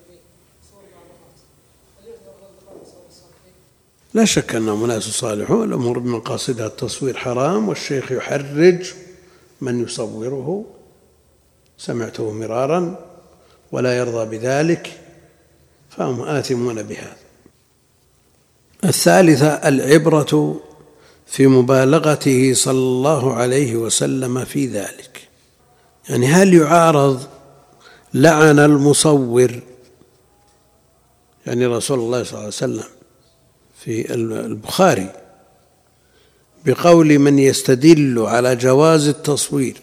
لا شك أنهم ناس صالحون، الأمور بمقاصدها التصوير حرام، والشيخ يحرج من يصوره، سمعته مرارا ولا يرضى بذلك، فهم آثمون بهذا. الثالثة العبرة في مبالغته صلى الله عليه وسلم في ذلك، يعني هل يعارض لعن المصور؟ يعني رسول الله صلى الله عليه وسلم في البخاري بقول من يستدل على جواز التصوير،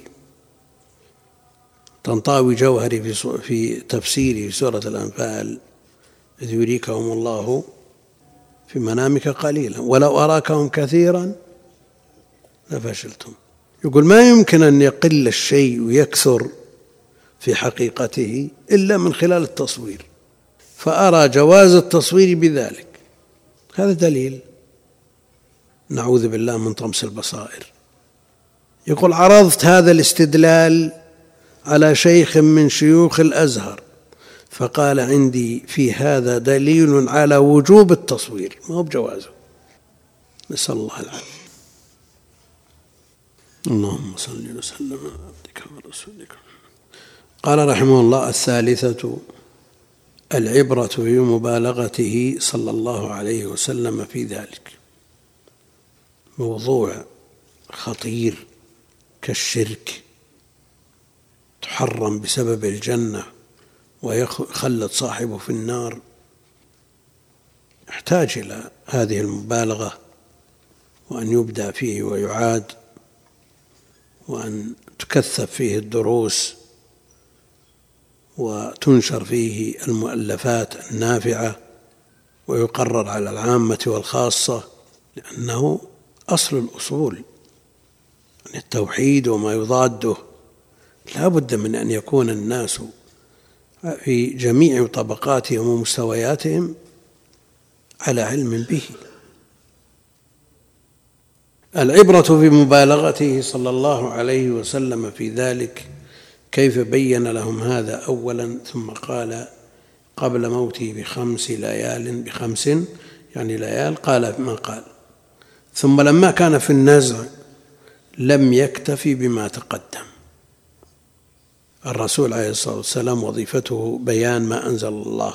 طنطاوي جوهري في تفسيره في سورة الأنفال: إذ يريكهم الله في منامك قليلا ولو أراكهم كثيرا لفشلتم. يقول ما يمكن أن يقل الشيء ويكثر في حقيقته إلا من خلال التصوير، فأرى جواز التصوير بذلك. هذا دليل، نعوذ بالله من طمس البصائر. يقول عرضت هذا الاستدلال على شيخ من شيوخ الأزهر فقال عندي في هذا دليل على وجوب التصوير ما هو بجوازه. نسأل الله العافية. اللهم صل وسلم على عبدك ورسولك. قال رحمه الله: الثالثة العبرة بمبالغته صلى الله عليه وسلم في ذلك. موضوع خطير كالشرك تحرم بسبب الجنة ويخلد صاحبه في النار، يحتاج إلى هذه المبالغة، وأن يبدأ فيه ويعاد، وأن تكثف فيه الدروس وتنشر فيه المؤلفات النافعة ويقرر على العامة والخاصة، لأنه أصل الأصول التوحيد وما يضاده. لا بد من أن يكون الناس في جميع طبقاتهم ومستوياتهم على علم به. العبرة بمبالغته صلى الله عليه وسلم في ذلك كيف بين لهم هذا أولا، ثم قال قبل موته ب5 ليال، ب5 يعني ليال، قال ما قال. ثم لما كان في النزع لم يكتفي بما تقدم. الرسول عليه الصلاة والسلام وظيفته بيان ما أنزل الله،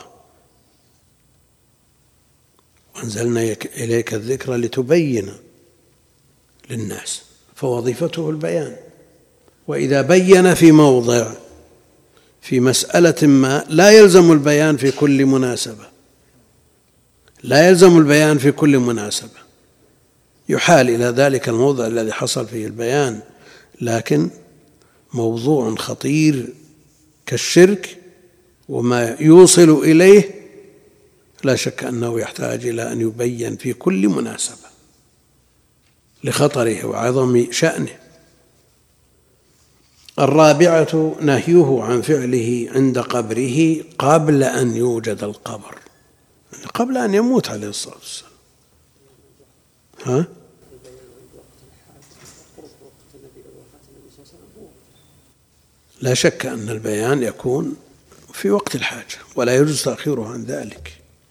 وأنزلنا إليك الذكر لتبين للناس، فوظيفته البيان. وإذا بين في موضع في مسألة ما لا يلزم البيان في كل مناسبة، لا يلزم البيان في كل مناسبة، يحال إلى ذلك الموضع الذي حصل فيه البيان. لكن موضوع خطير كالشرك وما يوصل إليه لا شك أنه يحتاج إلى أن يبين في كل مناسبة لخطره وعظم شأنه. الرابعة نهيه عن فعله عند قبره قبل أن يوجد القبر، قبل أن يموت عليه الصلاة والسلام. لا شك أن البيان يكون في وقت الحاجة ولا يجوز تأخيره عن ذلك،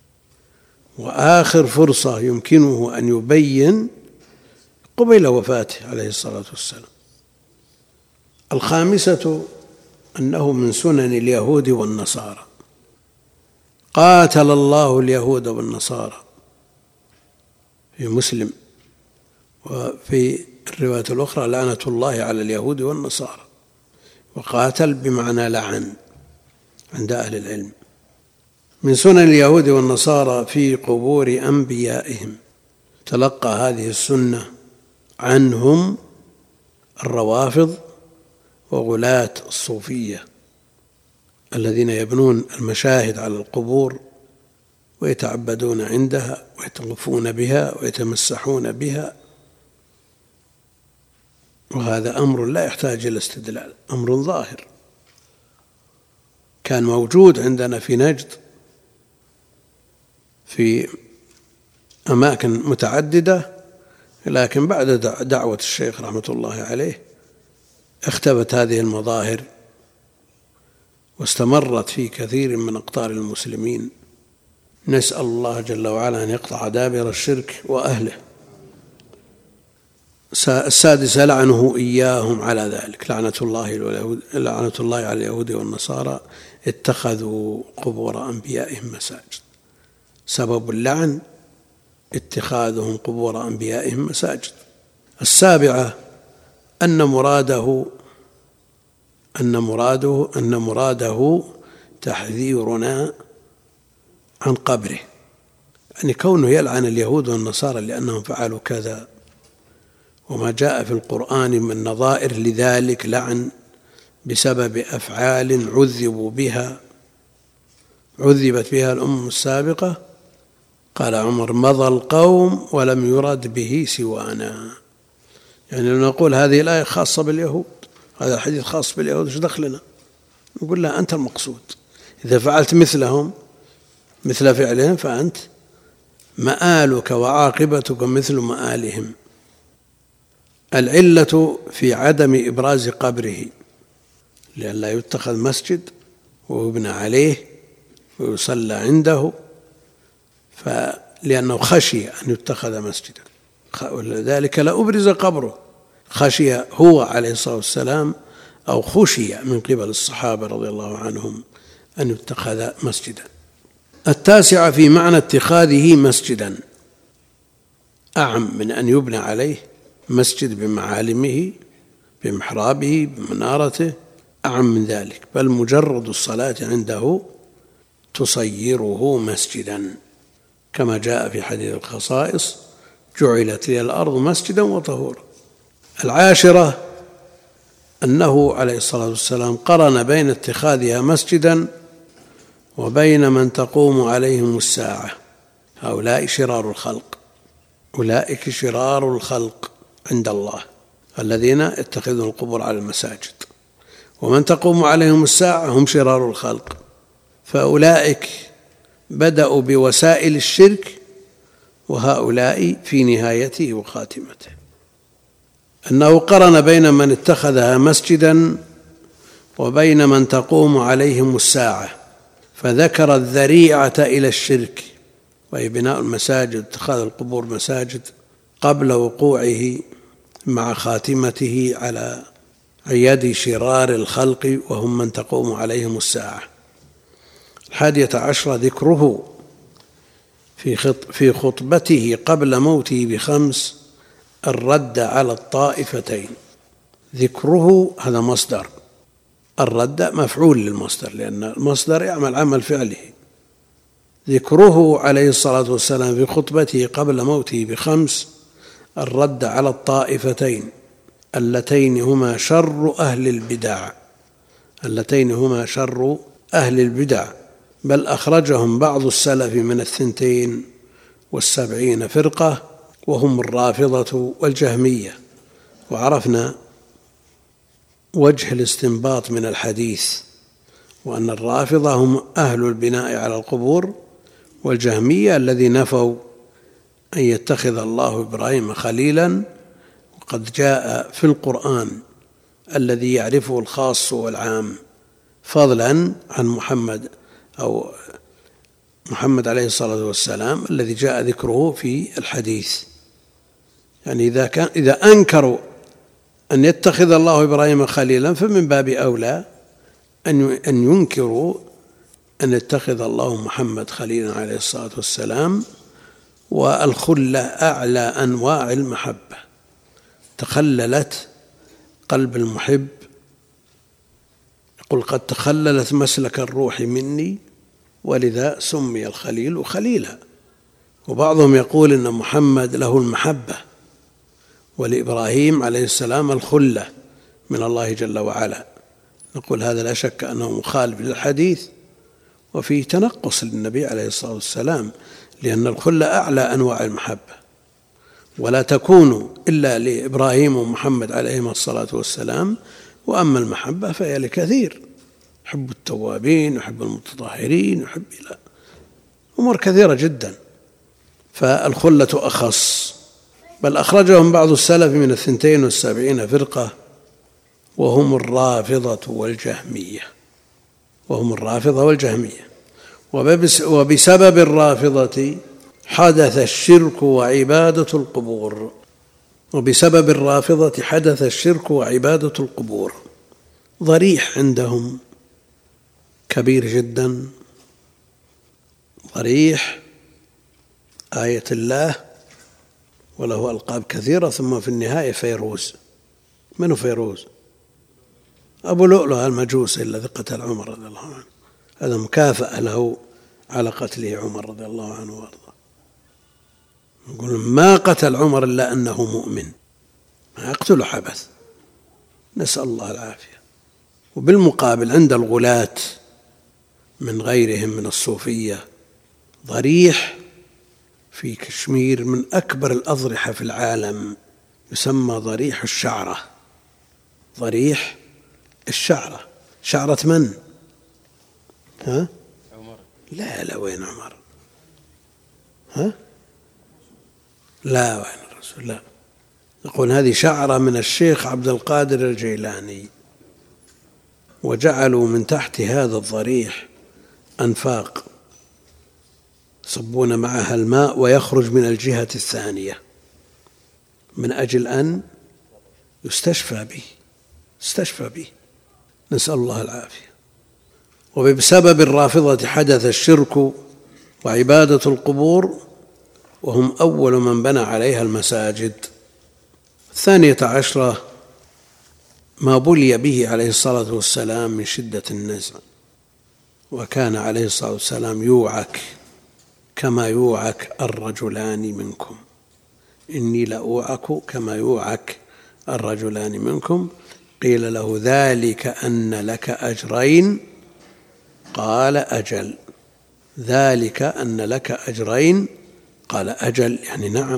وآخر فرصة يمكنه أن يبين قبيل وفاته عليه الصلاة والسلام. الخامسة أنه من سنن اليهود والنصارى. قاتل الله اليهود والنصارى في مسلم، وفي الرواية الأخرى لعنة الله على اليهود والنصارى، وقاتل بمعنى لعن عند أهل العلم. من سنن اليهود والنصارى في قبور أنبيائهم. تلقى هذه السنة عنهم الروافض وغلاة الصوفية الذين يبنون المشاهد على القبور ويتعبدون عندها ويتطوفون بها ويتمسحون بها، وهذا أمر لا يحتاج إلى استدلال، أمر ظاهر كان موجود عندنا في نجد في أماكن متعددة، لكن بعد دعوة الشيخ رحمة الله عليه اختفت هذه المظاهر واستمرت في كثير من أقطار المسلمين نسأل الله جل وعلا أن يقطع دابر الشرك وأهله. السادسة لعنه إياهم على ذلك، لعنة الله على اليهود والنصارى اتخذوا قبور أنبيائهم مساجد. سبب اللعن اتخاذهم قبور أنبيائهم مساجد. السابعة أن مراده تحذيرنا عن قبره، يعني كونه يلعن اليهود والنصارى لأنهم فعلوا كذا، وما جاء في القرآن من نظائر لذلك لعن بسبب أفعال عذبت بها الأمم السابقة. قال عمر: مضى القوم ولم يرد به سوانا. يعني لو نقول هذه الآية خاصة باليهود، هذا الحديث خاص باليهود، ايش دخلنا؟ نقول لا، أنت المقصود. إذا فعلت مثلهم مثل فعلهم فأنت مآلك وعاقبتك مثل مآلهم. العلة في عدم إبراز قبره لئلا يتخذ مسجد ويبنى عليه ويصلى عنده، لأنه خشي أن يتخذ مسجدا، ولذلك لا أبرز قبره. خشي هو عليه الصلاة والسلام أو خشي من قبل الصحابة رضي الله عنهم أن يتخذ مسجدا. التاسعة في معنى اتخاذه مسجدا أعم من أن يبنى عليه مسجد بمعالمه بمحرابه بمنارته، أعم من ذلك، بل مجرد الصلاة عنده تصيره مسجدا، كما جاء في حديث الخصائص: جعلت لي الأرض مسجدا وطهورا. العاشرة أنه عليه الصلاة والسلام قرن بين اتخاذها مسجدا وبين من تقوم عليهم الساعة. هؤلاء شرار الخلق، أولئك شرار الخلق عند الله الذين يتخذون القبور على المساجد، ومن تقوم عليهم الساعة هم شرار الخلق. فأولئك بدأوا بوسائل الشرك، وهؤلاء في نهايته وخاتمته. أنه قرن بين من اتخذها مسجدا وبين من تقوم عليهم الساعة، فذكر الذريعة إلى الشرك وهي بناء المساجد، اتخاذ القبور مساجد، قبل وقوعه مع خاتمته على يد شرار الخلق وهم من تقوم عليهم الساعة. 11 ذكره في خطبته قبل موته ب5 الرد على الطائفتين. ذكره هذا مصدر، الرد مفعول للمصدر لأن المصدر يعمل عمل فعله. ذكره عليه الصلاة والسلام في خطبته قبل موته ب5 الرد على الطائفتين اللتين هما شر أهل البدع، بل أخرجهم بعض السلف من 72 فرقة، وهم الرافضة والجهمية. وعرفنا وجه الاستنباط من الحديث، وأن الرافضة هم أهل البناء على القبور، والجهمية الذي نفوا أن يتخذ الله إبراهيم خليلا، وقد جاء في القرآن الذي يعرفه الخاص والعام، فضلا عن محمد عليه الصلاة والسلام الذي جاء ذكره في الحديث. يعني إذا أنكروا أن يتخذ الله إبراهيم خليلا فمن باب أولى أن ينكروا أن يتخذ الله محمد خليلا عليه الصلاة والسلام. والخلة أعلى أنواع المحبة، تخللت قلب المحب، يقول: قد تخللت مسلك الروح مني، ولذا سمي الخليل خليلا. وبعضهم يقول إن محمد له المحبة، ولإبراهيم عليه السلام الخلة من الله جل وعلا. نقول هذا لا شك أنه مخالف للحديث، وفيه تنقص للنبي عليه الصلاة والسلام، لأن الخلة أعلى أنواع المحبة، ولا تكون إلا لإبراهيم ومحمد عليهما الصلاة والسلام. وأما المحبة فهي لكثير، يحب التوابين، يحب المتطهرين، يحب إلى أمور كثيرة جدا، فالخلة أخص. بل أخرجهم بعض السلف من 72 فرقة، وهم الرافضة والجهمية. وبسبب الرافضة حدث الشرك وعبادة القبور. وبسبب الرافضة حدث الشرك وعبادة القبور. ضريح عندهم كبير جدا، ضريح آية الله وله ألقاب كثيرة، ثم في النهاية فيروز. من فيروز؟ أبو لؤلؤ المجوسي الذي قتل عمر رضي الله عنه، هذا مكافأة له على قتله عمر رضي الله عنه وارضاه. يقول ما قتل عمر إلا أنه مؤمن، ما يقتل حبث، نسأل الله العافية. وبالمقابل عند الغلاة من غيرهم من الصوفية ضريح في كشمير من أكبر الأضرحة في العالم، يسمى ضريح الشعرة. ضريح الشعرة. شعرة من؟ ها؟ عمر. لا وين عمر؟ ها؟ لا وين الرسول؟ لا، يقول هذه شعرة من الشيخ عبد القادر الجيلاني، وجعلوا من تحت هذا الضريح أنفاق يصبون معها الماء ويخرج من الجهة الثانية من أجل أن يستشفى به، نسأل الله العافية. وبسبب الرافضة حدث الشرك وعبادة القبور، وهم أول من بنى عليها المساجد. 12 ما بلي به عليه الصلاة والسلام من شدة النزع، وكان عليه الصلاة والسلام يوعك كما يوعك الرجلان منكم، إني لأوعك كما يوعك الرجلان منكم. قيل له ذلك أن لك أجرين، قال أجل. ذلك أن لك أجرين قال أجل، يعني نعم.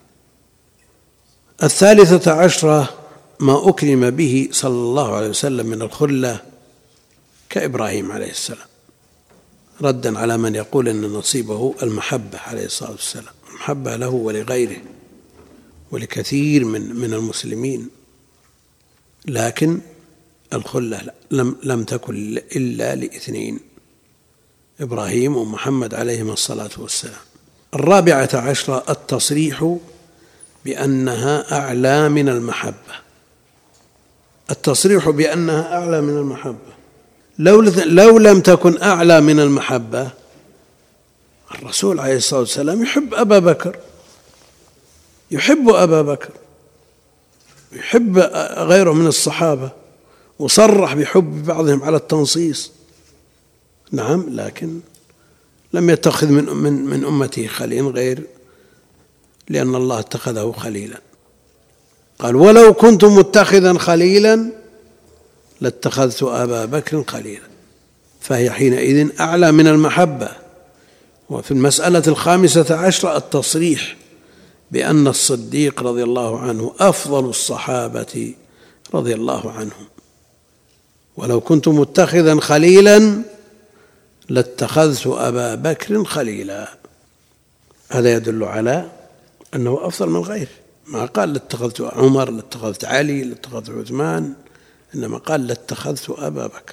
13 ما أكرم به صلى الله عليه وسلم من الخلة كإبراهيم عليه السلام، ردا على من يقول أن نصيبه المحبة عليه الصلاة والسلام، المحبة له ولغيره ولكثير من المسلمين، لكن الخلة لم تكن إلا ل2: إبراهيم ومحمد عليهما الصلاة والسلام. 14 التصريح بأنها أعلى من المحبة. التصريح بأنها أعلى من المحبة، لو لم تكن أعلى من المحبة الرسول عليه الصلاة والسلام يحب أبا بكر، يحب أبا بكر، يحب غيره من الصحابة، وصرح بحب بعضهم على التنصيص. نعم، لكن لم يتخذ من أمته خليل غير لأن الله اتخذه خليلا. قال ولو كنت متخذا خليلا لاتخذت أبا بكر خليلا، فهي حينئذ أعلى من المحبة. وفي المسألة 15 التصريح بأن الصديق رضي الله عنه أفضل الصحابة رضي الله عنهم. ولو كنت متخذا خليلا لاتخذت أبا بكر خليلا، هذا يدل على أنه أفضل من غيره. ما قال لاتخذت عمر، لاتخذت علي، لاتخذت عثمان، إنما قال لاتخذت أبا بكر.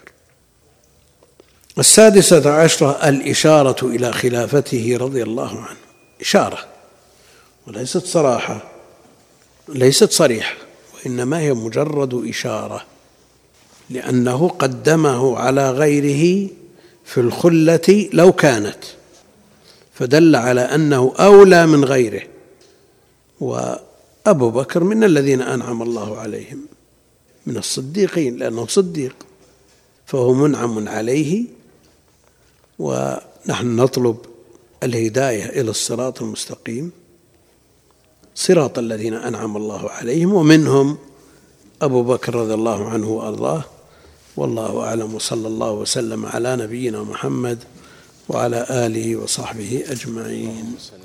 16 الإشارة إلى خلافته رضي الله عنه، إشارة وليست صراحة، ليست صريحة، وإنما هي مجرد إشارة، لأنه قدمه على غيره في الخلة لو كانت، فدل على أنه أولى من غيره. وأبو بكر من الذين أنعم الله عليهم من الصديقين، لأنه صديق فهو منعم عليه، ونحن نطلب الهداية إلى الصراط المستقيم، صراط الذين أنعم الله عليهم، ومنهم أبو بكر رضي الله عنه وأرضاه. والله أعلم، وصلى الله وسلم على نبينا محمد وعلى آله وصحبه أجمعين.